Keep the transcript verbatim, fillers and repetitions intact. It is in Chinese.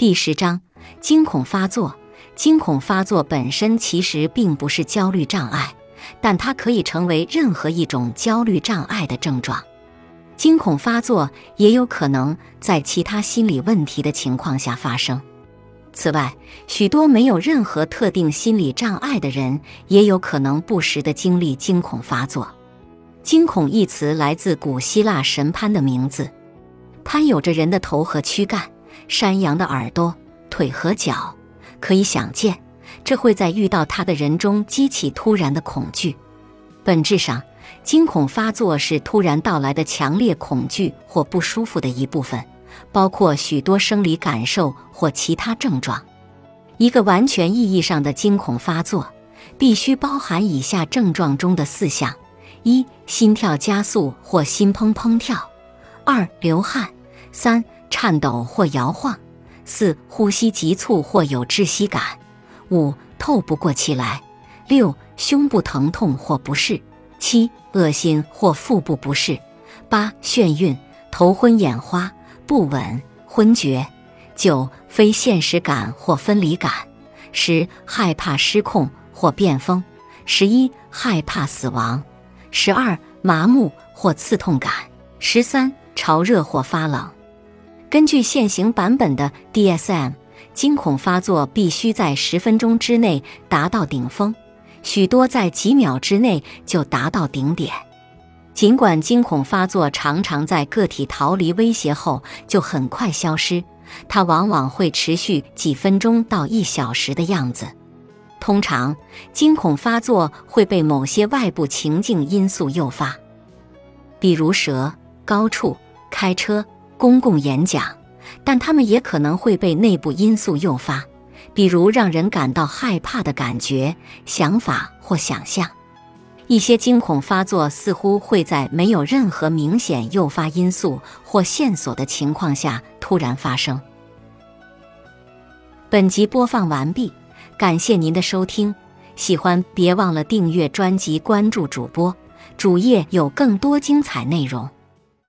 第十章，惊恐发作。惊恐发作本身其实并不是焦虑障碍，但它可以成为任何一种焦虑障碍的症状。惊恐发作也有可能在其他心理问题的情况下发生。此外，许多没有任何特定心理障碍的人也有可能不时地经历惊恐发作。惊恐一词来自古希腊神潘的名字，潘有着人的头和躯干，山羊的耳朵、腿和脚，可以想见，这会在遇到他的人中激起突然的恐惧。本质上，惊恐发作是突然到来的强烈恐惧或不舒服的一部分，包括许多生理感受或其他症状。一个完全意义上的惊恐发作，必须包含以下症状中的四项：一、心跳加速或心怦怦跳；二、流汗；三、颤抖或摇晃；四、呼吸急促或有窒息感；五、透不过气来；六、胸部疼痛或不适；七、恶心或腹部不适；八、眩晕、头昏眼花、不稳、昏厥；九、非现实感或分离感；十、害怕失控或变疯；十一、害怕死亡；十二、麻木或刺痛感；十三、潮热或发冷。根据现行版本的 D S M， 惊恐发作必须在十分钟之内达到顶峰，许多在几秒之内就达到顶点。尽管惊恐发作常常在个体逃离威胁后就很快消失，它往往会持续几分钟到一小时的样子。通常，惊恐发作会被某些外部情境因素诱发，比如蛇、高处、开车、公共演讲，但它们也可能会被内部因素诱发，比如让人感到害怕的感觉、想法或想象。一些惊恐发作似乎会在没有任何明显诱发因素或线索的情况下突然发生。本集播放完毕，感谢您的收听，喜欢别忘了订阅专辑，关注主播，主页有更多精彩内容。